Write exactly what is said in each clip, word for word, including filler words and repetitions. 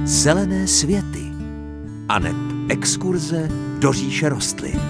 Zelené světy aneb exkurze do říše rostlin.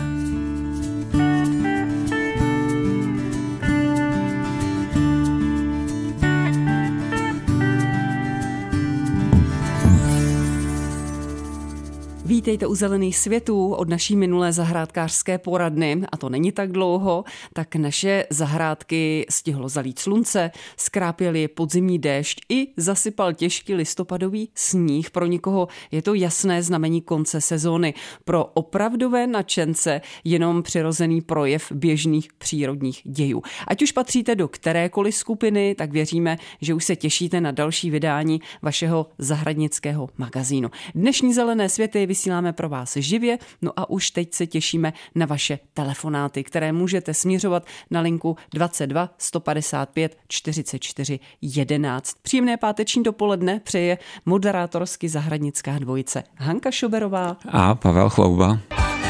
Vítejte u Zelených světů od naší minulé zahrádkářské poradny, a to není tak dlouho, tak naše zahrádky stihlo zalít slunce, skrápěl je podzimní déšť i zasypal těžký listopadový sníh. Pro někoho je to jasné znamení konce sezóny. Pro opravdové nadšence jenom přirozený projev běžných přírodních dějů. Ať už patříte do kterékoliv skupiny, tak věříme, že už se těšíte na další vydání vašeho zahradnického magazínu. Dnešní Zelené světy vysíláme pro vás živě, no a už teď se těšíme na vaše telefonáty, které můžete směřovat na linku dvacet dva sto padesát pět čtyřicet čtyři jedenáct. Příjemné páteční dopoledne přeje moderátorsky zahradnická dvojice Hanka Šoberová a Pavel Chlouba.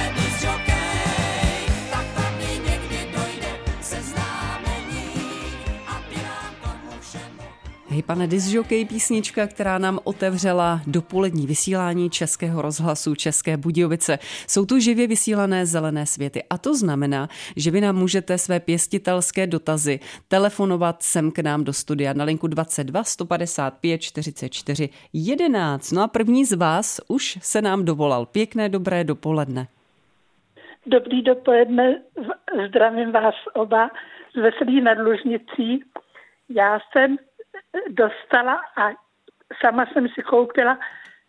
Hej, pane disjokej, písnička, která nám otevřela dopolední vysílání Českého rozhlasu České Budějovice. Jsou tu živě vysílané Zelené světy a to znamená, že vy nám můžete své pěstitelské dotazy telefonovat sem k nám do studia na linku dvacet dva sto padesát pět čtyřicet čtyři jedenáct. No a první z vás už se nám dovolal. Pěkné dobré dopoledne. Dobrý dopoledne, zdravím vás oba z Veselí nad Lužnicí. Já jsem dostala a sama jsem si koupila.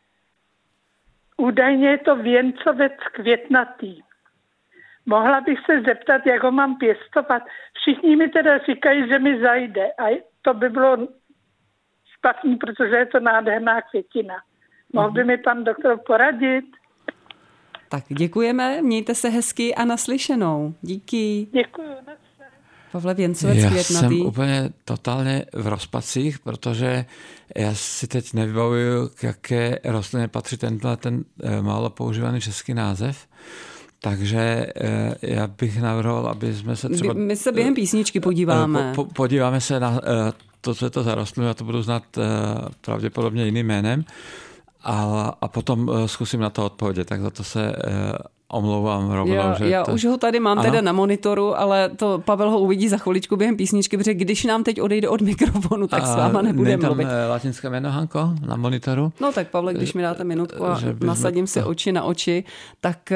Údajně je to věncovec květnatý. Mohla bych se zeptat, jak ho mám pěstovat. Všichni mi teda říkají, že mi zajde a to by bylo špatný, protože je to nádherná květina. Mohl by mi pan doktor poradit? Tak děkujeme, mějte se hezky a naslyšenou. Díky. Děkuju. Pavle, věncovec ja květnatý. jsem úplně totálně v rozpacích, protože já si teď nevybavuju, k jaké rostlině patří tenhle ten málo používaný český název. Takže já bych navrhoval, aby jsme se třeba... My se během písničky podíváme. Po, po, podíváme se na to, co je to za rostlinu, já to budu znát pravděpodobně jiným jménem. A, a potom zkusím na to odpovědět, tak za to se omlouvám rovnou. Já, že já to... už ho tady mám ano? teda na monitoru, ale to Pavel ho uvidí za chviličku během písničky, protože když nám teď odejde od mikrofonu, tak s váma nebude tam mluvit. Latinské jméno, Hanko, na monitoru? No tak Pavle, když mi dáte minutku a nasadím si to... oči na oči, tak uh,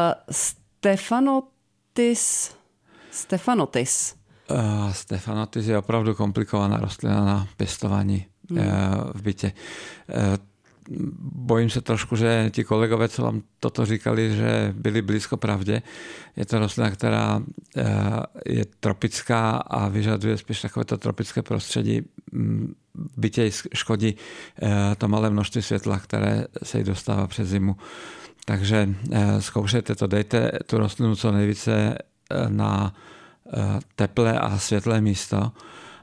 Stefanotis Stefanotis. Uh, Stefanotis je opravdu komplikovaná rostlina na pěstování hmm. uh, v bytě. Uh, Bojím se trošku, že ti kolegové, co vám toto říkali, že byli blízko pravdě. Je to rostlina, která je tropická a vyžaduje spíš takovéto tropické prostředí. V bytě škodí to malé množství světla, které se jí dostává přes zimu. Takže zkoušejte to, dejte tu rostlinu co nejvíce na teplé a světlé místo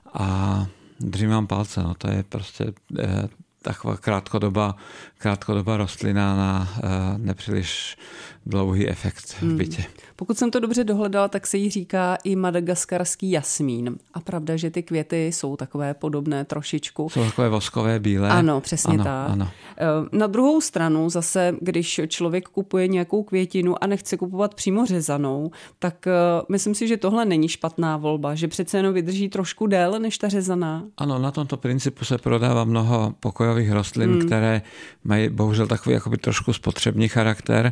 a držím vám palce. No, to je prostě taková krátkodobá, krátkodobá rostlina na uh, nepříliš dlouhý efekt v bytě. Hmm. Pokud jsem to dobře dohledala, tak se jí říká i madagaskarský jasmín. A pravda, že ty květy jsou takové podobné trošičku. Jsou takové voskové, bílé. Ano, přesně ano, tak. Ano. Na druhou stranu zase, když člověk kupuje nějakou květinu a nechce kupovat přímo řezanou, tak uh, myslím si, že tohle není špatná volba, že přece jenom vydrží trošku déle než ta řezaná. Ano, na tomto principu se prodává mnoho pokojových rostlin, hmm. které mají bohužel takový jakoby trošku spotřební charakter.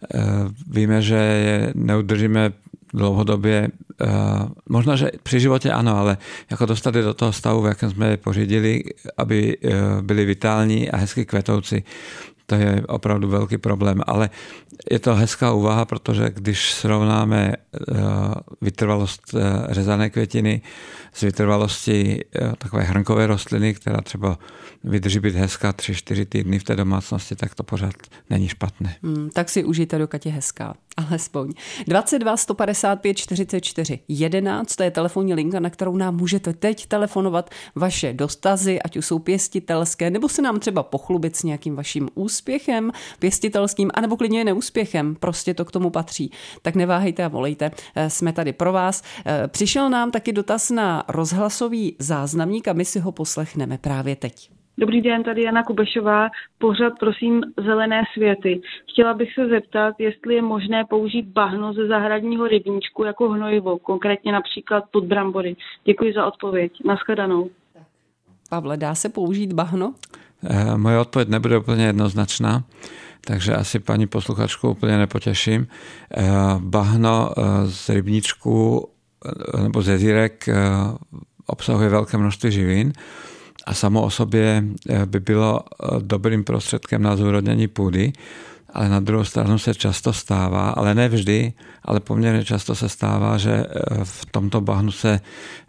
Víme, že je neudržíme dlouhodobě. Možná, že při životě ano, ale jako dostat je do toho stavu, v jakém jsme je pořídili, aby byli vitální a hezky kvetoucí, to je opravdu velký problém. Ale je to hezká úvaha, protože když srovnáme vytrvalost řezané květiny s vytrvalostí takové hrnkové rostliny, která třeba vydrží být hezká tři čtyři týdny v té domácnosti, tak to pořád není špatné. Hmm, tak si užijte, dokud je hezká. Alespoň. dvacet dva sto padesát pět čtyřicet čtyři jedenáct, to je telefonní linka, na kterou nám můžete teď telefonovat vaše dotazy, ať už jsou pěstitelské, nebo se nám třeba pochlubit s nějakým vaším úspěchem pěstitelským, anebo klidně neúspěchem, prostě to k tomu patří. Tak neváhejte a volejte, jsme tady pro vás. Přišel nám taky dotaz na rozhlasový záznamník a my si ho poslechneme právě teď. Dobrý den, tady Jana Kubešová. Pořad, prosím, Zelené světy. Chtěla bych se zeptat, jestli je možné použít bahno ze zahradního rybníčku jako hnojivo, konkrétně například pod brambory. Děkuji za odpověď. Naschledanou. Pavle, dá se použít bahno? Moje odpověď nebude úplně jednoznačná, takže asi paní posluchačku úplně nepotěším. Bahno z rybníčku nebo ze zírek obsahuje velké množství živin a samo o sobě by bylo dobrým prostředkem na zúrodnění půdy, ale na druhou stranu se často stává, ale ne vždy, ale poměrně často se stává, že v tomto bahnu se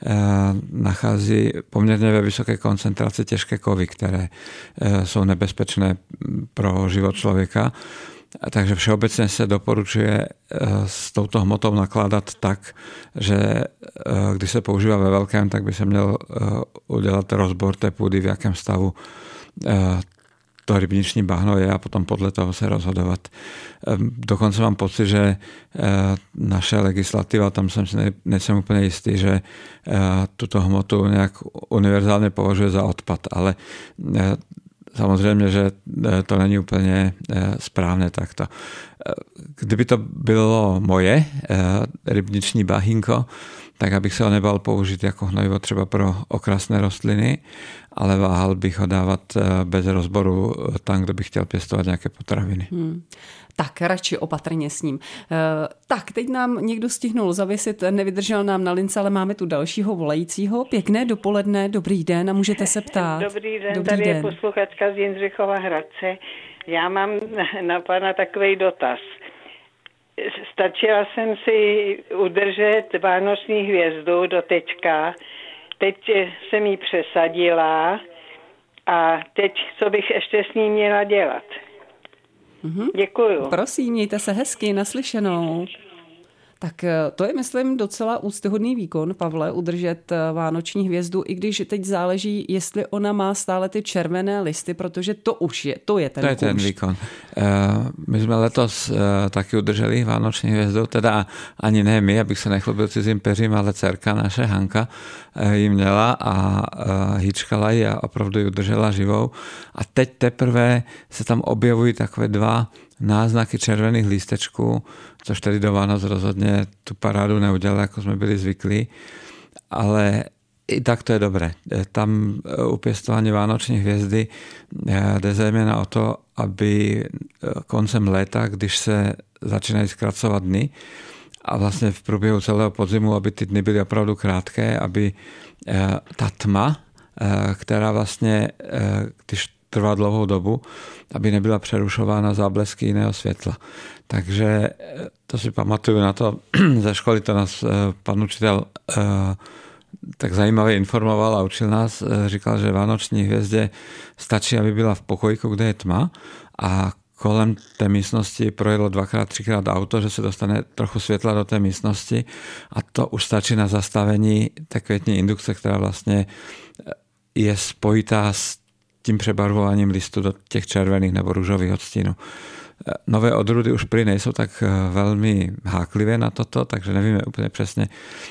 nachází poměrně ve vysoké koncentraci těžké kovy, které jsou nebezpečné pro život člověka. Takže všeobecně se doporučuje s touto hmotou nakládat tak, že když se používá ve velkém, tak by se měl udělat rozbor té půdy, v jakém stavu to rybniční bahno je a potom podle toho se rozhodovat. Dokonce mám pocit, že naše legislativa, tam jsem si nejsem úplně jistý, že tuto hmotu nějak univerzálně považuje za odpad, ale samozřejmě, že to není úplně správné takto. Kdyby to bylo moje rybniční bahínko, tak abych se ho nebal použít jako hnojivo třeba pro okrasné rostliny, ale váhal bych ho dávat bez rozboru tam, kde bych chtěl pěstovat nějaké potraviny. Hmm. Tak radši opatrně s ním. E, tak, teď nám někdo stihnul zavěsit, nevydržel nám na lince, ale máme tu dalšího volajícího. Pěkné dopoledne, dobrý den a můžete se ptát. Dobrý den, dobrý tady den. Je posluchačka z Jindřichova Hradce. Já mám na pana takový dotaz. Stačila jsem si udržet vánoční hvězdu do teďka, teď jsem ji přesadila a teď co bych ještě s ní měla dělat? Mm-hmm. Děkuju. Prosím, mějte se hezky, naslyšenou. Tak to je, myslím, docela úctyhodný výkon, Pavle, udržet vánoční hvězdu, i když teď záleží, jestli ona má stále ty červené listy, protože to už je, to je ten To je kůž. ten výkon. My jsme letos taky udrželi vánoční hvězdu, teda ani ne my, abych se nechlubil cizím peřím, ale dcerka naše Hanka ji měla a hýčkala ji a opravdu ji udržela živou. A teď teprve se tam objevují takové dva náznaky červených lístečků, což tedy do Vánoc rozhodně tu parádu neudělal, jako jsme byli zvyklí, ale i tak to je dobré. Tam u pěstování vánoční hvězdy jde zejména o to, aby koncem léta, když se začínají zkracovat dny a vlastně v průběhu celého podzimu, aby ty dny byly opravdu krátké, aby ta tma, která vlastně, když trvá dlouhou dobu, aby nebyla přerušována záblesky jiného světla. Takže to si pamatuju na to, ze školy to nás pan učitel tak zajímavě informoval a učil nás, říkal, že vánoční hvězdě stačí, aby byla v pokojíku, kde je tma a kolem té místnosti projelo dvakrát, třikrát auto, že se dostane trochu světla do té místnosti a to už stačí na zastavení té květní indukce, která vlastně je spojitá s tím přebarvováním listu do těch červených nebo růžových odstínů. Nové odrůdy už prý nejsou tak velmi háklivé na toto, takže nevíme úplně přesně,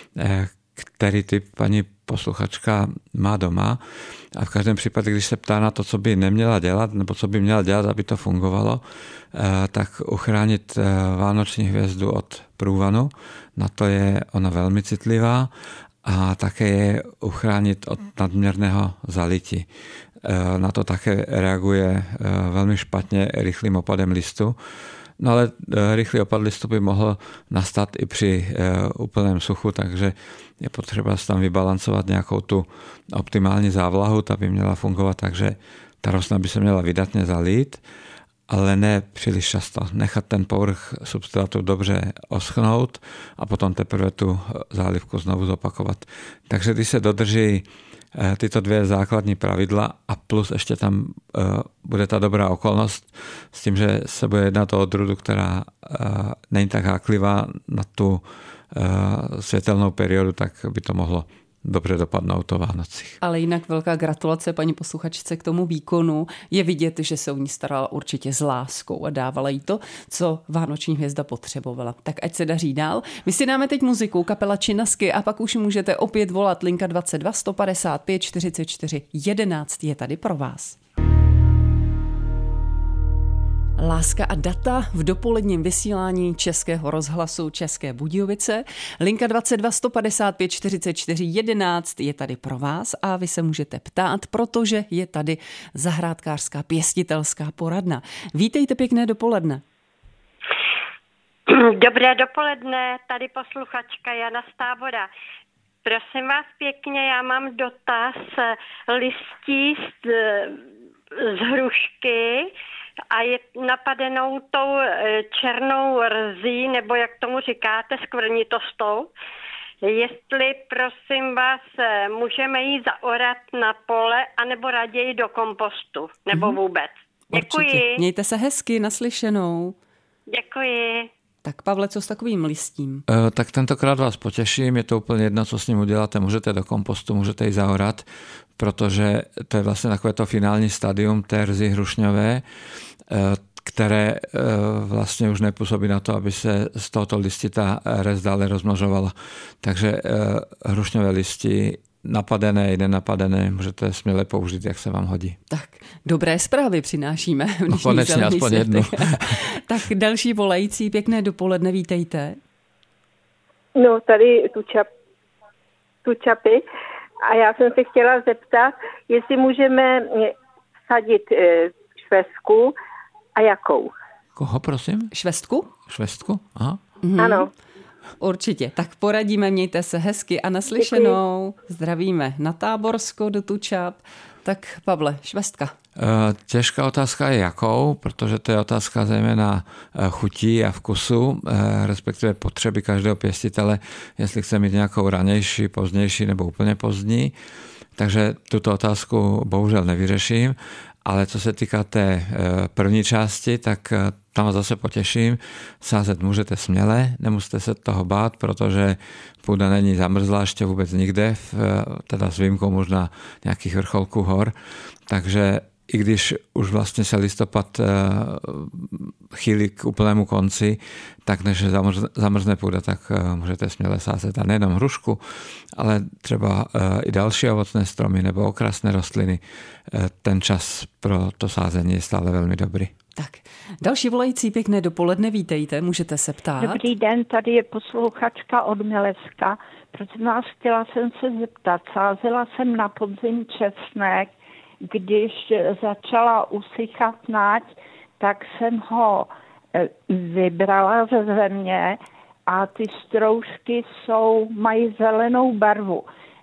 který typ paní posluchačka má doma. A v každém případě, když se ptá na to, co by neměla dělat, nebo co by měla dělat, aby to fungovalo, tak uchránit vánoční hvězdu od průvanu. Na to je ona velmi citlivá a také je uchránit od nadměrného zalití. Na to také reaguje velmi špatně rychlým opadem listu. No ale rychlý opad listu by mohl nastat i při úplném suchu, takže je potřeba se tam vybalancovat nějakou tu optimální závlahu, ta by měla fungovat tak, že ta rostlina by se měla vydatně zalít, ale ne příliš často. Nechat ten povrch substrátu dobře oschnout a potom teprve tu zálivku znovu zopakovat. Takže když se dodrží tyto dvě základní pravidla a plus ještě tam uh, bude ta dobrá okolnost s tím, že se bude jednat o odrůdu, která uh, není tak háklivá na tu uh, světelnou periodu, tak by to mohlo dobře dopadnou to Vánocích. Ale jinak velká gratulace paní posluchačce k tomu výkonu. Je vidět, že se o ní starala určitě s láskou a dávala jí to, co vánoční hvězda potřebovala. Tak ať se daří dál. My si dáme teď muziku, kapela Činasky a pak už můžete opět volat. Linka dvacet dva sto padesát pět čtyřicet čtyři jedenáct je tady pro vás. Láska a data v dopoledním vysílání Českého rozhlasu České Budějovice. Linka dvacet dva sto padesát pět čtyřicet čtyři jedenáct je tady pro vás a vy se můžete ptát, protože je tady zahrádkářská pěstitelská poradna. Vítejte, pěkné dopoledne. Dobré dopoledne, tady posluchačka Jana z Tábora. Prosím vás pěkně, já mám dotaz listí z, z hrušky a je napadenou tou černou rzí, nebo jak tomu říkáte, skvrnitostou. Jestli, prosím vás, můžeme jí zaorat na pole, anebo raději do kompostu, nebo mm-hmm. vůbec. Děkuji. Určitě. Mějte se hezky, naslyšenou. Děkuji. Tak Pavle, co s takovým listím? E, tak tentokrát vás potěším, je to úplně jedno, co s ním uděláte, můžete do kompostu, můžete ji zaorat, protože to je vlastně takové to finální stadium té rzy hrušňové, které vlastně už nepůsobí na to, aby se z tohoto listi ta rez dále rozmnožovala. Takže hrušňové listy napadené i nenapadené můžete směle použít, jak se vám hodí. Tak, dobré zprávy přinášíme. No, konečně aspoň jednu. Tak další volající, pěkné dopoledne, vítejte. No, tady tu, čap, tu čapy. A já jsem se chtěla zeptat, jestli můžeme sadit švestku a jakou. Koho, prosím? Švestku? Švestku, aha. Mhm. Ano. Určitě. Tak poradíme, mějte se hezky a naslyšenou. Děkuji. Zdravíme na Táborsko do Tučap. Tak Pavle, švestka. Těžká otázka je jakou, protože to je otázka zejména chutí a vkusu, respektive potřeby každého pěstitele, jestli chce mít nějakou ranější, pozdější nebo úplně pozdní. Takže tuto otázku bohužel nevyřeším, ale co se týká té první části, tak tam zase potěším. Sázet můžete směle, nemusíte se toho bát, protože půda není zamrzlá ještě vůbec nikde, teda s výjimkou možná nějakých vrcholků hor. Takže i když už vlastně se listopad chýlí k úplnému konci, tak než zamrzne půda, tak můžete směle sázet. A nejenom hrušku, ale třeba i další ovocné stromy nebo okrasné rostliny. Ten čas pro to sázení je stále velmi dobrý. Tak, další volající, pěkné dopoledne, vítejte, můžete se ptát. Dobrý den, tady je posluchačka od Mileska. Prosím vás, chtěla jsem se zeptat, sázela jsem na podzim česnek, když začala usychat nať, tak jsem ho vybrala ze země a ty stroužky jsou, mají zelenou barvu.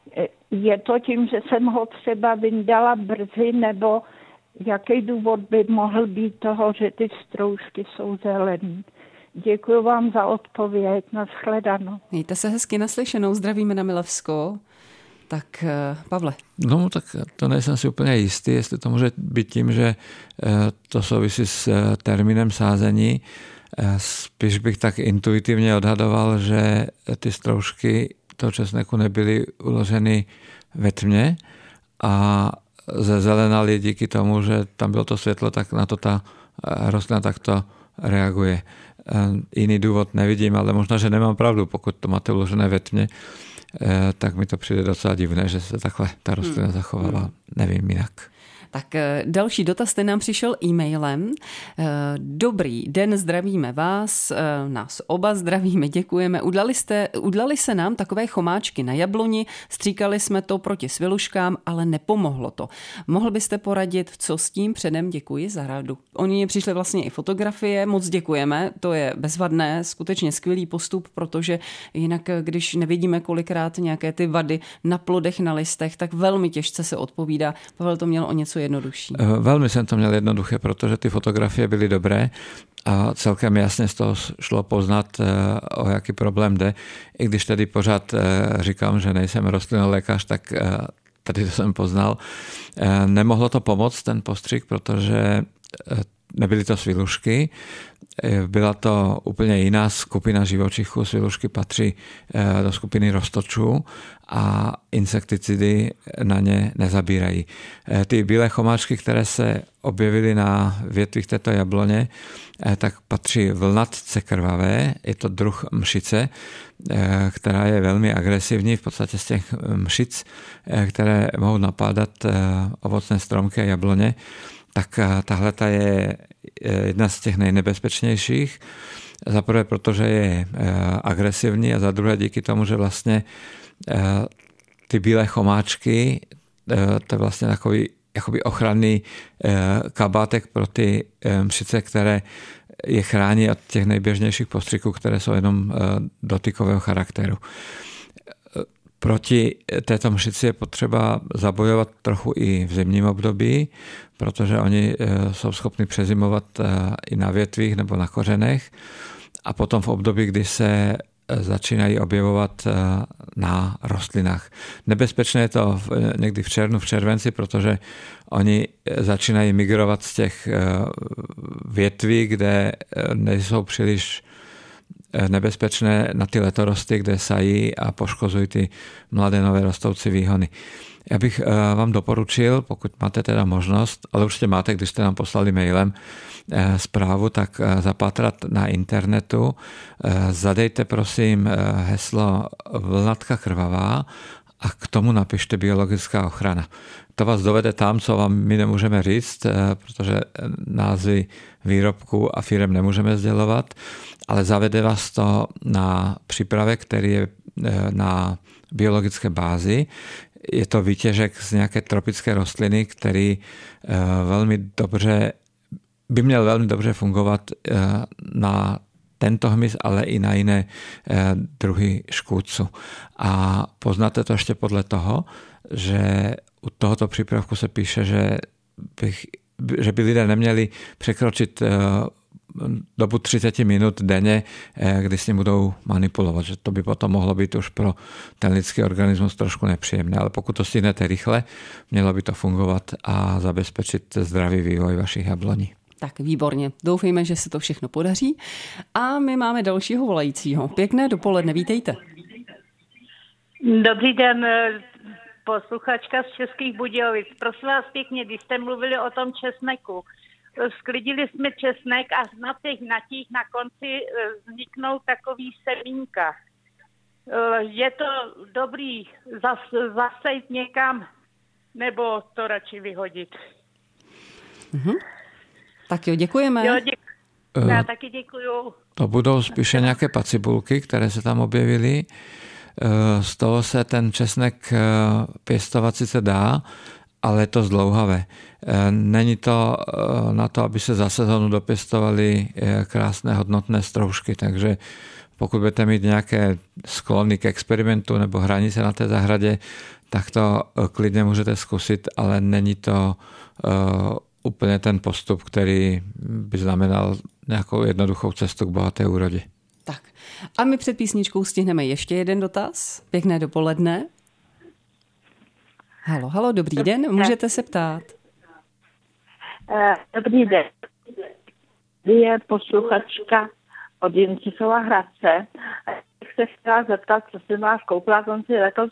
Je to tím, že jsem ho třeba vyndala brzy, nebo jaký důvod by mohl být toho, že ty stroužky jsou zelený? Děkuji vám za odpověď. Nashledanou. Mějte se hezky, naslyšenou. Zdravíme na Milevsko. Tak Pavle. No, tak to nejsem si úplně jistý, jestli to může být tím, že to souvisí s termínem sázení. Spíš bych tak intuitivně odhadoval, že ty stroužky toho česneku nebyly uloženy ve tmě a zezelenali díky tomu, že tam bylo to světlo, tak na to ta rostlina takto reaguje. Jiný důvod nevidím, ale možná, že nemám pravdu, pokud to máte uložené ve tmě, tak mi to přijde docela divné, že se takhle ta rostlina zachovala. Nevím jinak. Tak další dotaz, ten nám přišel e-mailem. Dobrý den, zdravíme vás, nás oba zdravíme, děkujeme. Udlali, jste, udlali se nám takové chomáčky na jabloni, stříkali jsme to proti sviluškám, ale nepomohlo to. Mohl byste poradit, co s tím? Předem děkuji za radu. Oni přišli vlastně i fotografie, moc děkujeme, to je bezvadné, skutečně skvělý postup, protože jinak, když nevidíme kolikrát nějaké ty vady na plodech, na listech, tak velmi těžce se odpovídá. Pavel to měl o něco jednodušší. Velmi jsem to měl jednoduché, protože ty fotografie byly dobré a celkem jasně z toho šlo poznat, o jaký problém jde. I když tedy pořád říkám, že nejsem rostlinolékař, tak tady to jsem poznal. Nemohlo to pomoct, ten postřik, protože nebyly to svilušky. Byla to úplně jiná skupina živočichů, svilušky patří do skupiny roztočů a insekticidy na ně nezabírají. Ty bílé chomáčky, které se objevily na větvích této jabloně, tak patří vlnatce krvavé, je to druh mšice, která je velmi agresivní, v podstatě z těch mšic, které mohou napádat ovocné stromky a jabloně, tak tahle je jedna z těch nejnebezpečnějších. Za prvé, protože je agresivní a za druhé díky tomu, že vlastně ty bílé chomáčky, to je vlastně takový jakoby ochranný kabátek pro ty mšice, které je chrání od těch nejběžnějších postřiků, které jsou jenom dotykového charakteru. Proti této mšici je potřeba zabojovat trochu i v zimním období, protože oni jsou schopni přezimovat i na větvích nebo na kořenech a potom v období, kdy se začínají objevovat na rostlinách. Nebezpečné je to někdy v červnu, v červenci, protože oni začínají migrovat z těch větví, kde nejsou příliš nebezpečné na ty letorosty, kde sají a poškozují ty mladé nové rostoucí výhony. Já bych vám doporučil, pokud máte teda možnost, ale určitě máte, když jste nám poslali mailem zprávu, tak zapátrat na internetu. Zadejte prosím heslo vlnatka krvavá a k tomu napište biologická ochrana. To vás dovede tam, co vám my nemůžeme říct, protože názvy výrobků a firem nemůžeme sdělovat, ale zavede vás to na přípravek, který je na biologické bázi. Je to výtěžek z nějaké tropické rostliny, který velmi dobře, by měl velmi dobře fungovat na tento hmyz, ale i na jiné druhy škůdců. A poznáte to ještě podle toho, že u tohoto přípravku se píše, že, bych, že by lidé neměli překročit dobu třicet minut denně, kdy s ním budou manipulovat. Že to by potom mohlo být už pro ten lidský organismus trošku nepříjemné. Ale pokud to stihnete rychle, mělo by to fungovat a zabezpečit zdravý vývoj vašich jabloní. Tak výborně. Doufejme, že se to všechno podaří. A my máme dalšího volajícího. Pěkné dopoledne, vítejte. Dobrý den, posluchačka z Českých Budějovic. Prosím vás pěkně, když jste mluvili o tom česneku, sklidili jsme česnek a na těch natích na konci vzniknou takový semínka. Je to dobrý zas, zasejt někam, nebo to radši vyhodit? Mhm. Tak jo, děkujeme. Jo, děkuji. Já taky děkuju. To budou spíše nějaké pacibulky, které se tam objevily. Z toho se ten česnek pěstovat sice dá, ale je to zdlouhavé. Není to na to, aby se za sezónu dopěstovaly krásné hodnotné stroužky, takže pokud budete mít nějaké sklony k experimentu nebo hraní se na té zahradě, tak to klidně můžete zkusit, ale není to úplně ten postup, který by znamenal nějakou jednoduchou cestu k bohaté úrodě. Tak a my před písničkou stihneme ještě jeden dotaz. Pěkné dopoledne. Halo, halo, dobrý den, můžete se ptát. Dobrý den. Je posluchačka od Jindřichova Hradce. Já se chtěla zeptat, co si vás koupila konci letos.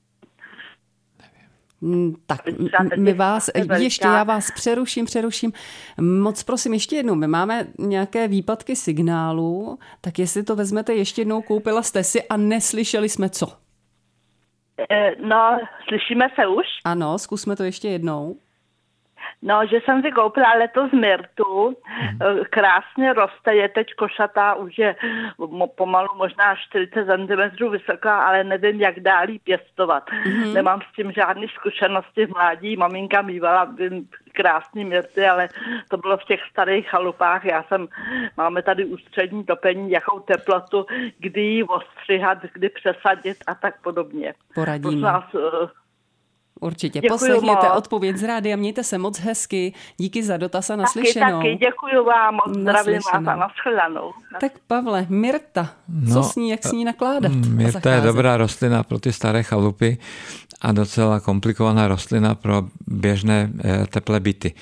Tak my vás, ještě já vás přeruším, přeruším. Moc prosím, ještě jednou, my máme nějaké výpadky signálu, tak jestli to vezmete ještě jednou, koupila jste si a neslyšeli jsme co? No, slyšíme se už? Ano, zkusme to ještě jednou. No, že jsem si koupila letos myrtu, krásně roste, je teď košatá, už je pomalu možná čtyřicet centimetrů vysoká, ale nevím, jak dál jí pěstovat. Mm-hmm. Nemám s tím žádné zkušenosti v mládí, maminka mývala krásný myrty, ale to bylo v těch starých chalupách. Já jsem, máme tady ústřední topení, jakou teplotu, kdy ji ostřihat, kdy přesadit a tak podobně. Poradíme. Určitě. Děkuju Poslechněte moc. Odpověď z rádia, mějte se moc hezky. Díky za dotaz a naslyšenou. Taky, taky, děkuju vám, moc zdravím vás a nashledanou. Tak Pavle, myrta, co no, s ní, jak s ní nakládat? Myrta je dobrá rostlina pro ty staré chalupy a docela komplikovaná rostlina pro běžné teplé byty.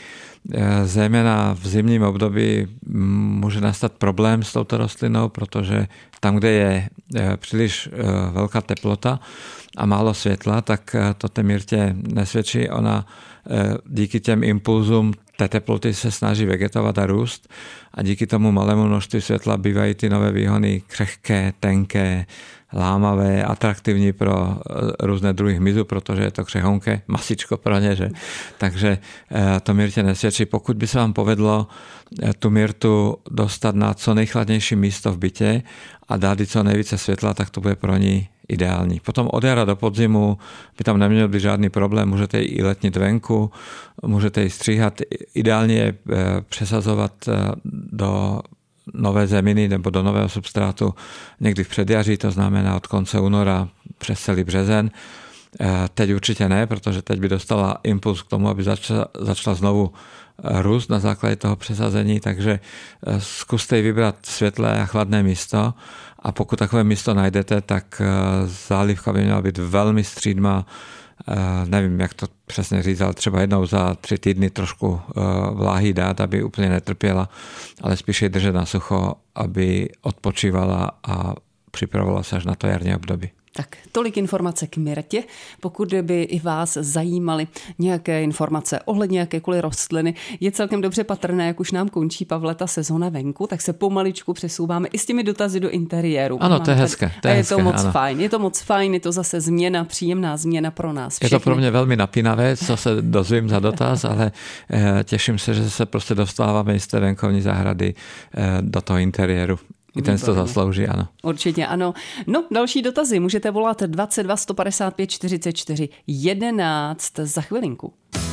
zejména v zimním období může nastat problém s touto rostlinou, protože tam, kde je příliš velká teplota a málo světla, tak to té myrtě nesvědčí. Ona díky těm impulzům té teploty se snaží vegetovat a růst a díky tomu malému množství světla bývají ty nové výhony křehké, tenké, lámavé, atraktivní pro různé druhy hmyzu, protože je to křehonké masičko pro ně. Že? Takže to myrtě nesvědčí. Pokud by se vám povedlo tu myrtu dostat na co nejchladnější místo v bytě a dát jí co nejvíce světla, tak to bude pro ní ideální. Potom od jara do podzimu by tam neměl být žádný problém, můžete ji i letnit venku, můžete ji stříhat, ideálně je přesazovat do nové zeminy nebo do nového substrátu někdy v předjaří, to znamená od konce února přes celý březen. Teď určitě ne, protože teď by dostala impuls k tomu, aby začala, začala znovu růst na základě toho přesazení, takže zkuste ji vybrat světlé a chladné místo a pokud takové místo najdete, tak zálivka by měla být velmi střídma, nevím, jak to přesně říct, ale třeba jednou za tři týdny trošku vláhy dát, aby úplně netrpěla, ale spíše ji držet na sucho, aby odpočívala a připravovala se až na to jarní období. Tak tolik informace k myrtě. Pokud by i vás zajímaly nějaké informace ohledně jakékoliv rostliny, je celkem dobře patrné, jak už nám končí, Pavle, ta sezóna venku, tak se pomaličku přesouváme i s těmi dotazy do interiéru. Ano, to je hezké. To je, a je hezké, to moc ano. fajn. Je to moc fajn, je to zase změna, příjemná změna pro nás všechny. Je to pro mě velmi napínavé, co se dozvím za dotaz, ale těším se, že se prostě dostáváme z té venkovní zahrady do toho interiéru. I ten to zaslouží, ano. Určitě ano. No, další dotazy můžete volat dvacet dva sto padesát pět čtyřicet čtyři jedenáct za chvilinku.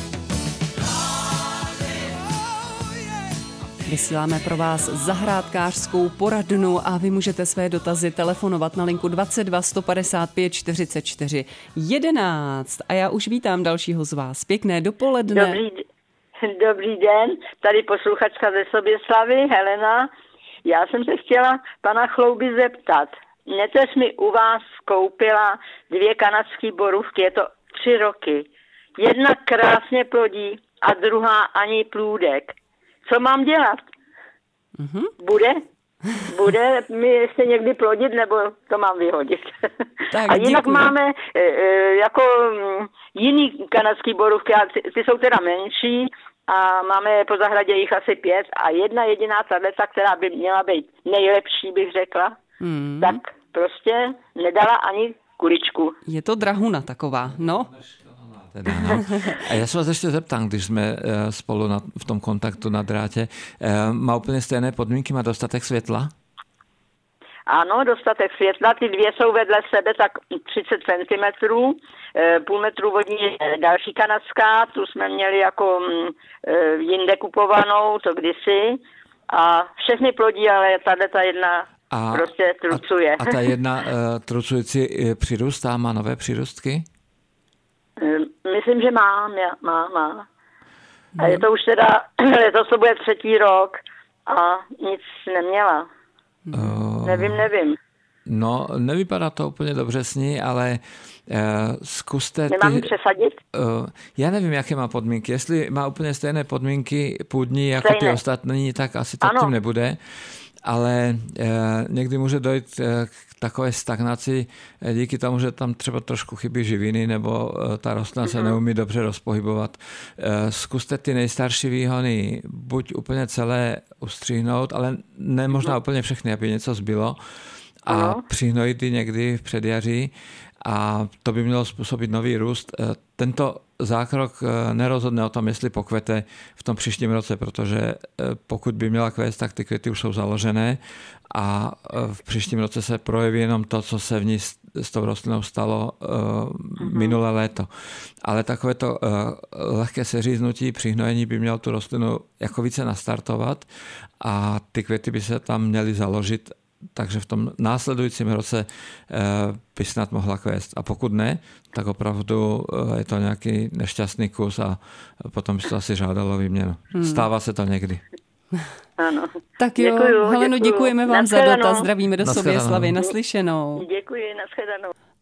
Vysíláme pro vás zahrádkářskou poradnu a vy můžete své dotazy telefonovat na linku dvacet dva sto padesát pět čtyřicet čtyři jedenáct. A já už vítám dalšího z vás. Pěkné dopoledne. Dobrý, dobrý den, tady posluchačka ze Soběslavy, Helena. Já jsem se chtěla pana Chlouby zeptat. Neteř mi u vás koupila dvě kanadské borůvky, je to tři roky. Jedna krásně plodí a druhá ani plůdek. Co mám dělat? Mm-hmm. Bude? Bude mi ještě někdy plodit, nebo to mám vyhodit? Tak, a jinak děkuji. Máme e, jako jiný kanadský borůvky, a ty, ty jsou teda menší, a máme po zahradě jich asi pět a jedna jediná tato, která by měla být nejlepší, bych řekla, hmm. tak prostě nedala ani kuličku. Je to drahuna taková, no. Teda, no. A já se vás ještě zeptám, když jsme spolu na, v tom kontaktu na drátě, má úplně stejné podmínky, má dostatek světla? Ano, dostatek světla, ty dvě jsou vedle sebe tak třicet centimetrů, půl metru vodní další kanadská, tu jsme měli jako jinde kupovanou, to kdysi, a všechny plodí, ale tady ta jedna a, prostě trucuje. A, a ta jedna uh, trucující přirůstá, má nové přirůstky? Myslím, že má, má, má. A je to už teda, letos to bude třetí rok a nic neměla. Uh, nevím, nevím. No, nevypadá to úplně dobře s ní, ale uh, zkuste... Nemám ty, přesadit? Uh, já nevím, jaké má podmínky. Jestli má úplně stejné podmínky půdní jako stejné. Ty ostatní, tak asi to tím nebude. Ale uh, někdy může dojít uh, k takové stagnaci díky tomu, že tam třeba trošku chybí živiny nebo uh, ta rostlina mm-hmm. se neumí dobře rozpohybovat. Uh, zkuste ty nejstarší výhony buď úplně celé ustřihnout, ale ne možná mm-hmm. úplně všechny, aby něco zbylo, a ano. přihnojit ji někdy v předjaří a to by mělo způsobit nový růst. Tento zákrok nerozhodne o tom, jestli pokvete v tom příštím roce, protože pokud by měla kvést, tak ty květy už jsou založené a v příštím roce se projeví jenom to, co se v ní s tou rostlinou stalo uh, minulé léto. Ale takové to uh, lehké seříznutí, přihnojení by mělo tu rostlinu jako více nastartovat a ty květy by se tam měly založit, takže v tom následujícím roce by snad mohla kvést. A pokud ne, tak opravdu je to nějaký nešťastný kus a potom by se to asi žádalo výměnu. Hmm. Stává se to někdy. Ano. Tak jo, děkuju, Heleno, děkuju. děkujeme vám za dotaz. Zdravíme do Soběslavy. Naslyšenou. Děkuji, nashledanou.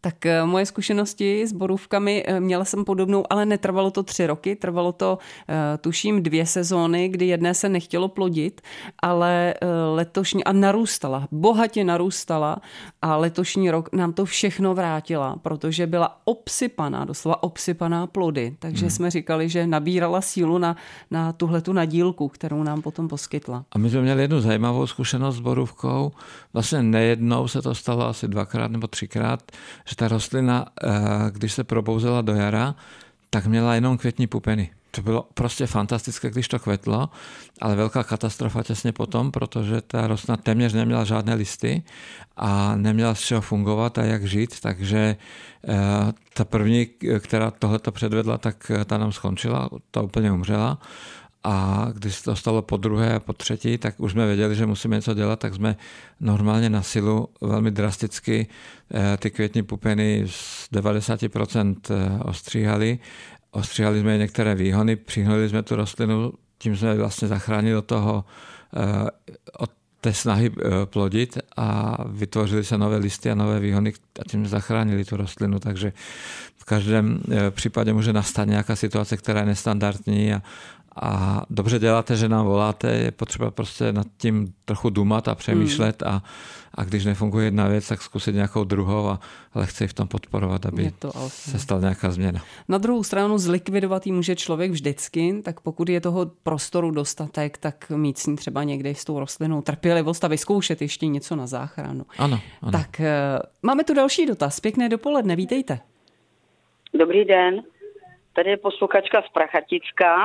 Tak moje zkušenosti s borůvkami, měla jsem podobnou, ale netrvalo to tři roky, trvalo to tuším dvě sezóny, kdy jedné se nechtělo plodit, ale letošní, a narůstala, bohatě narůstala a letošní rok nám to všechno vrátila, protože byla obsypaná, doslova obsypaná plody, takže hmm. jsme říkali, že nabírala sílu na, na tuhletu nadílku, kterou nám potom poskytla. A my jsme měli jednu zajímavou zkušenost s borůvkou, vlastně nejednou se to stalo asi dvakrát nebo třikrát, že ta rostlina, když se probouzela do jara, tak měla jenom květní pupeny. To bylo prostě fantastické, když to kvetlo, ale velká katastrofa těsně potom, protože ta rostlina téměř neměla žádné listy a neměla z čeho fungovat a jak žít, takže ta první, která tohleto předvedla, tak ta nám skončila, ta úplně umřela. A když se to stalo po druhé a po třetí, tak už jsme věděli, že musíme něco dělat, tak jsme normálně na silu velmi drasticky ty květní pupeny z devadesát procent ostříhali. Ostříhali jsme některé výhony, přihnuli jsme tu rostlinu, tím jsme vlastně zachránili od toho, od té snahy plodit a vytvořily se nové listy a nové výhony a tím zachránili tu rostlinu. Takže v každém případě může nastat nějaká situace, která je nestandardní a A dobře děláte, že nám voláte, je potřeba prostě nad tím trochu dumat a přemýšlet mm. a, a když nefunguje jedna věc, tak zkusit nějakou druhou a lehce v tom podporovat, aby se stala nějaká změna. Na druhou stranu zlikvidovat ji může člověk vždycky, tak pokud je toho prostoru dostatek, tak mít s ní třeba někde s tou rostlinou trpělivost a vyzkoušet ještě něco na záchranu. Ano, ano. Tak máme tu další dotaz. Pěkné dopoledne, vítejte. Dobrý den, tady je posluchačka z Prachatická.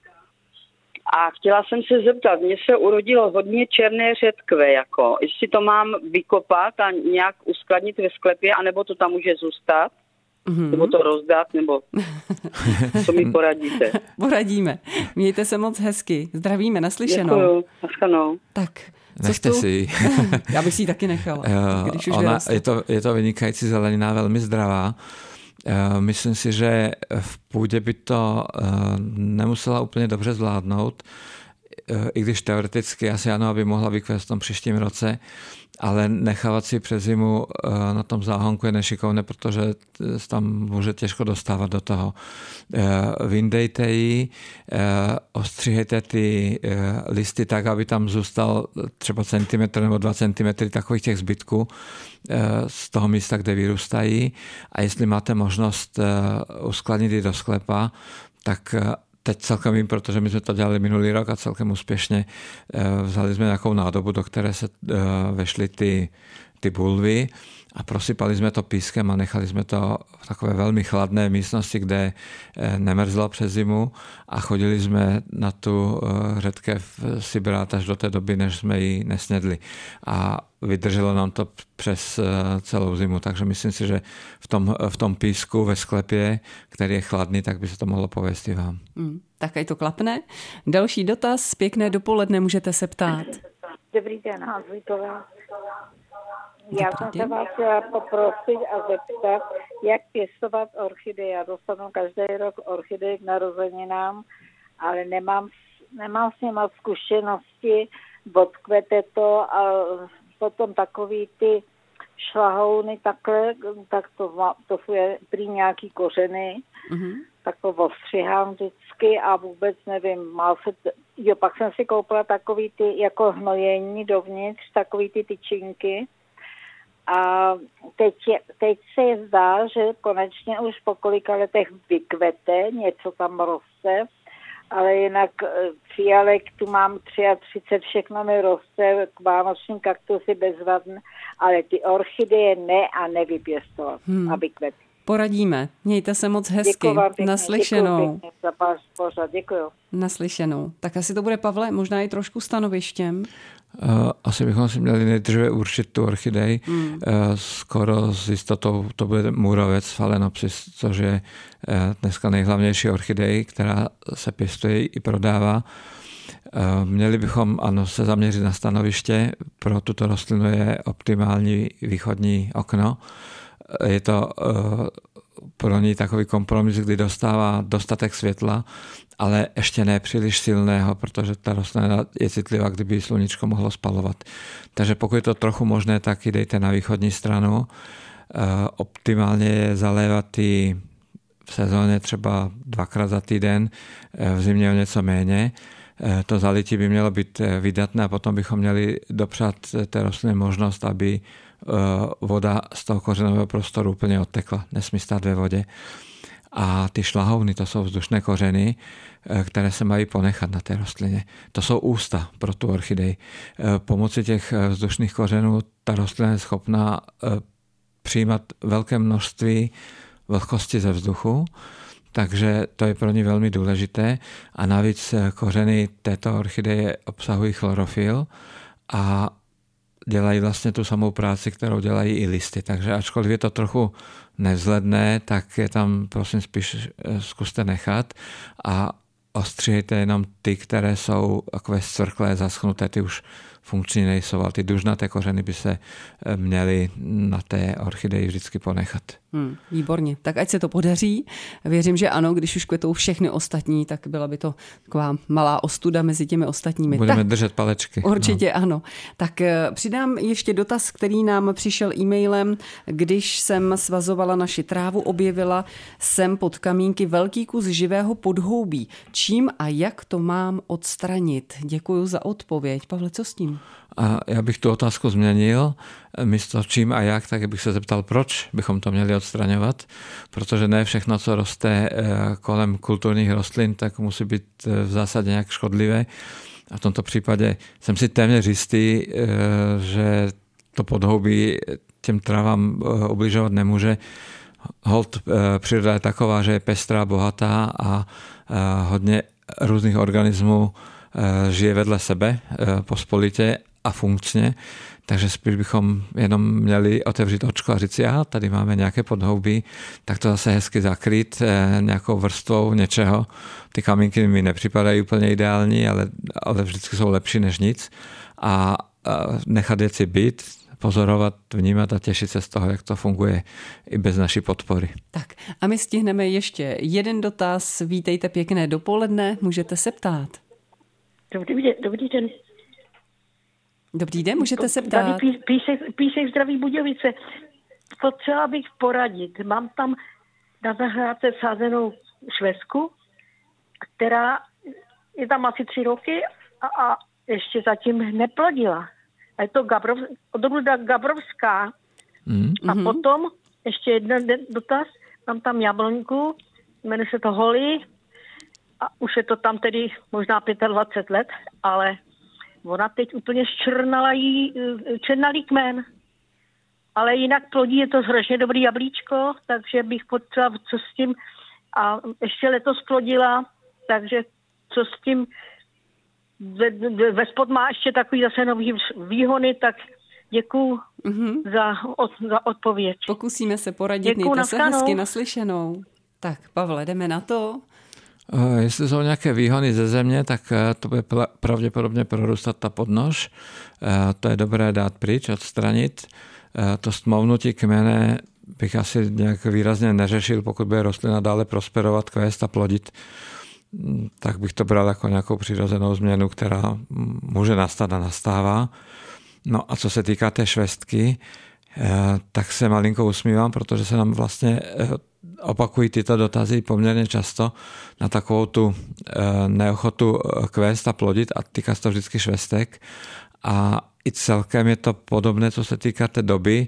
A chtěla jsem se zeptat, mně se urodilo hodně černé řetkve, jako, jestli to mám vykopat a nějak uskladnit ve sklepě, anebo to tam může zůstat, mm-hmm. nebo to rozdat, nebo co mi poradíte? Poradíme. Mějte se moc hezky. Zdravíme, naslyšenou. Děkuju, naslyšenou. Tak, nechte tu? si. Já bych si ji taky nechala. Když už Ona, je, to, je to vynikající zelenina, velmi zdravá. Myslím si, že v půdě by to nemusela úplně dobře zvládnout, i když teoreticky asi ano, aby mohla vykvést v tom příštím roce, ale nechávat si přes zimu na tom záhonku je nešikovné, protože se tam může těžko dostávat do toho. Vyndejte ji, ostříhejte ty listy tak, aby tam zůstal třeba centimetr nebo dva centimetry takových těch zbytků z toho místa, kde vyrůstají. A jestli máte možnost uskladnit ji do sklepa, tak teď celkem vím, protože my jsme to dělali minulý rok a celkem úspěšně. Vzali jsme nějakou nádobu, do které se vešly ty, ty bulvy a prosypali jsme to pískem a nechali jsme to v takové velmi chladné místnosti, kde nemrzlo přes zimu a chodili jsme na tu řetkev si brát až do té doby, než jsme ji nesnědli. A vydrželo nám to přes celou zimu, takže myslím si, že v tom, v tom písku ve sklepě, který je chladný, tak by se to mohlo povést i vám. Hmm, tak aj to klapne. Další dotaz, pěkné dopoledne, můžete se ptát. Dobrý den, Hanzlíková. Já jsem se vás chtěla poprosit a zeptat, jak pěstovat orchideje. Já dostanu každý rok orchideje k narozeninám, ale nemám, nemám s nimi zkušenosti, odkvete to a potom takový ty šlahouny takhle, tak to, to je prý nějaký kořeny, mm-hmm. tak to ostřihám vždycky a vůbec nevím, má se, jo, pak jsem si koupila takový ty jako hnojení dovnitř, takový ty tyčinky. A teď, je, teď se zdá, že konečně už po kolika letech vykvete, něco tam roste, ale jinak fialek tu mám třicet tři, všechno mi roste, k vánočním kaktusy bezvadné, ale ty orchideje ne a nevypěstovat, hmm. aby kvetly. Poradíme. Mějte se moc hezky. Děkuju vám pěkně, naslyšenou. Děkuju pěkně za váš pořad. Děkuju. Naslyšenou. Tak asi to bude, Pavle, možná i trošku stanovištěm. Uh, asi bychom si měli nejdříve určit tu orchidej. Hmm. Uh, skoro s jistotou to bude můrovec Phalaenopsis, což je uh, dneska nejhlavnější orchidej, která se pěstuje i prodává. Uh, měli bychom ano, se zaměřit na stanoviště. Pro tuto rostlinu je optimální východní okno. Je to uh, pro ní takový kompromis, kdy dostává dostatek světla, ale ještě ne příliš silného, protože ta rostlina je citlivá, kdyby sluníčko mohlo spalovat. Takže pokud je to trochu možné, tak ji dejte na východní stranu. Optimálně je zalévat i v sezóně třeba dvakrát za týden, v zimě o něco méně. To zalití by mělo být vydatné a potom bychom měli dopřát té rostlině možnost, aby voda z toho kořenového prostoru úplně odtekla. Nesmí stát ve vodě. A ty šlahovny, to jsou vzdušné kořeny, které se mají ponechat na té rostlině. To jsou ústa pro tu orchidej. Pomocí těch vzdušných kořenů ta rostlina je schopná přijímat velké množství vlhkosti ze vzduchu, takže to je pro ní velmi důležité. A navíc kořeny této orchideje obsahují chlorofyl a dělají vlastně tu samou práci, kterou dělají i listy. Takže ačkoliv je to trochu nevzhledné, tak je tam prosím spíš zkuste nechat a ostříhejte jenom ty, které jsou takové zcvrklé, zaschnuté, ty už funkční nejsou, ale ty dužnaté kořeny by se měly na té orchideji vždycky ponechat. Hmm, výborně. Tak ať se to podaří. Věřím, že ano, když už kvetou všechny ostatní, tak byla by to taková malá ostuda mezi těmi ostatními. Budeme tak, držet palečky. Určitě no. Ano. Tak přidám ještě dotaz, který nám přišel e-mailem. Když jsem svazovala naši trávu, objevila jsem pod kamínky velký kus živého podhoubí. Čím a jak to mám odstranit? Děkuji za odpověď. Pavle, co s tím? A já bych tu otázku změnil. Místo čím a jak, tak bych se zeptal, proč bychom to měli odstraňovat. Protože ne všechno, co roste kolem kulturních rostlin, tak musí být v zásadě nějak škodlivé. A v tomto případě jsem si téměř jistý, že to podhoubí těm travám ubližovat nemůže. Holt příroda je taková, že je pestrá, bohatá a hodně různých organismů žije vedle sebe pospolitě a funkčně, takže spíš bychom jenom měli otevřít očko a říct, já tady máme nějaké podhoubí, tak to zase hezky zakrýt nějakou vrstvou něčeho. Ty kamínky mi nepřipadají úplně ideální, ale, ale vždycky jsou lepší než nic a nechat věci být, pozorovat, vnímat a těšit se z toho, jak to funguje i bez naší podpory. Tak a my stihneme ještě jeden dotaz. Vítejte, pěkné dopoledne, můžete se ptát. Dobrý den. Dobrý den, dobrý den můžete se ptát. Tady pí, píšek, píšek Zdraví Budějovice. Potřeba bych poradit. Mám tam na zahrádce sázenou švestku, která je tam asi tři roky a, a ještě zatím neplodila. A je to Gabrov, odrůda Gabrovská. Mm. A mm-hmm. potom ještě jeden dotaz. Mám tam jabloňku, jmenuje se to Holly. A už je to tam tedy možná dvacet pět let, ale ona teď úplně zčernala jí, černalý kmen. Ale jinak plodí, je to hrozně dobrý jablíčko, takže bych potřebovala, co s tím. A ještě letos plodila, takže co s tím. Ve, ve, ve spod má ještě takový zase nový výhony, tak děkuju mm-hmm. za, od, za odpověď. Pokusíme se poradit, mějte se hezky, naslyšenou. Tak Pavle, jdeme na to. Jestli jsou nějaké výhony ze země, tak to bude pravděpodobně prorůstat ta podnož. To je dobré dát pryč, odstranit. To stmouvnutí kmene bych asi nějak výrazně neřešil, pokud bude rostlina dále prosperovat, kvést a plodit, tak bych to bral jako nějakou přirozenou změnu, která může nastat a nastává. No a co se týká té švestky, tak se malinko usmívám, protože se nám vlastně opakují tyto dotazy poměrně často na takovou tu neochotu kvést a plodit a týká se to vždycky švestek. A i celkem je to podobné, co se týká té doby,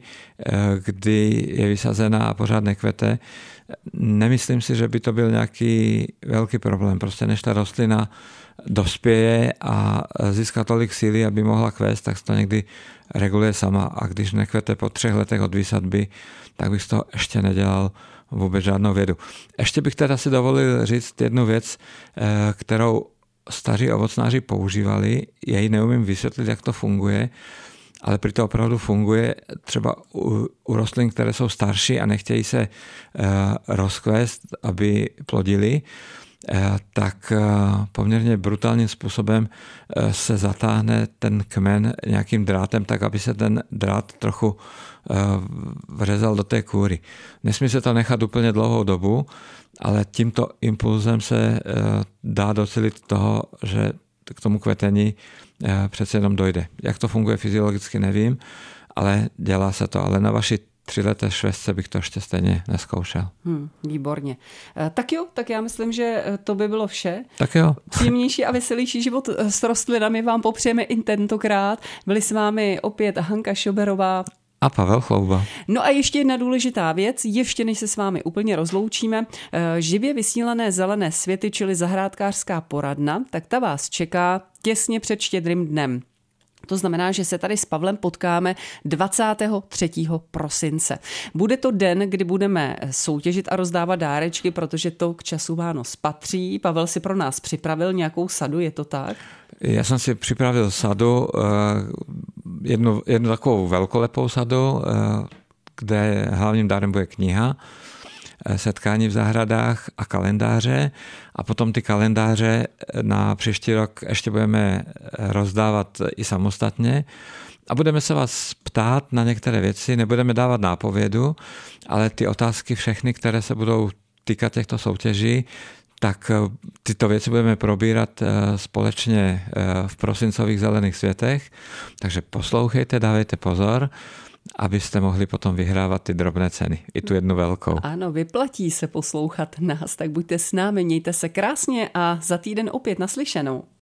kdy je vysazená a pořád nekvete. Nemyslím si, že by to byl nějaký velký problém. Prostě než ta rostlina dospěje a získá tolik síly, aby mohla kvést, tak se to někdy reguluje sama. A když nekvete po třech letech od výsadby, tak bych z toho ještě nedělal vůbec žádnou vědu. Ještě bych teda si dovolil říct jednu věc, kterou staří ovocnáři používali. Já ji neumím vysvětlit, jak to funguje, ale při to opravdu funguje třeba u, u rostlin, které jsou starší a nechtějí se uh, rozkvést, aby plodili, uh, tak uh, poměrně brutálním způsobem uh, se zatáhne ten kmen nějakým drátem, tak aby se ten drát trochu uh, vřezal do té kůry. Nesmí se to nechat úplně dlouhou dobu, ale tímto impulzem se uh, dá docílit toho, že k tomu kvetení přece jenom dojde. Jak to funguje fyziologicky, nevím, ale dělá se to. Ale na vaši tříleté švestce bych to ještě stejně neskoušel. Hmm, výborně. Tak jo, tak já myslím, že to by bylo vše. Tak jo. Příjemnější a veselější život s rostlinami vám popřejeme i tentokrát. Byli s vámi opět Hanka Šoberová a Pavel Chlouba. No a ještě jedna důležitá věc, ještě než se s vámi úplně rozloučíme, živě vysílané Zelené světy, čili zahrádkářská poradna, tak ta vás čeká těsně před Štědrým dnem. To znamená, že se tady s Pavlem potkáme dvacátého třetího prosince. Bude to den, kdy budeme soutěžit a rozdávat dárečky, protože to k času Vánoc patří. Pavel si pro nás připravil nějakou sadu, je to tak? Já jsem si připravil sadu, jednu, jednu takovou velkolepou sadu, kde hlavním dárem bude kniha, setkání v zahradách a kalendáře. A potom ty kalendáře na příští rok ještě budeme rozdávat i samostatně. A budeme se vás ptát na některé věci, nebudeme dávat nápovědu, ale ty otázky všechny, které se budou týkat těchto soutěží, tak tyto věci budeme probírat společně v prosincových Zelených světech. Takže poslouchejte, dávejte pozor, abyste mohli potom vyhrávat ty drobné ceny. I tu jednu velkou. Ano, vyplatí se poslouchat nás, tak buďte s námi, mějte se krásně a za týden opět naslyšenou.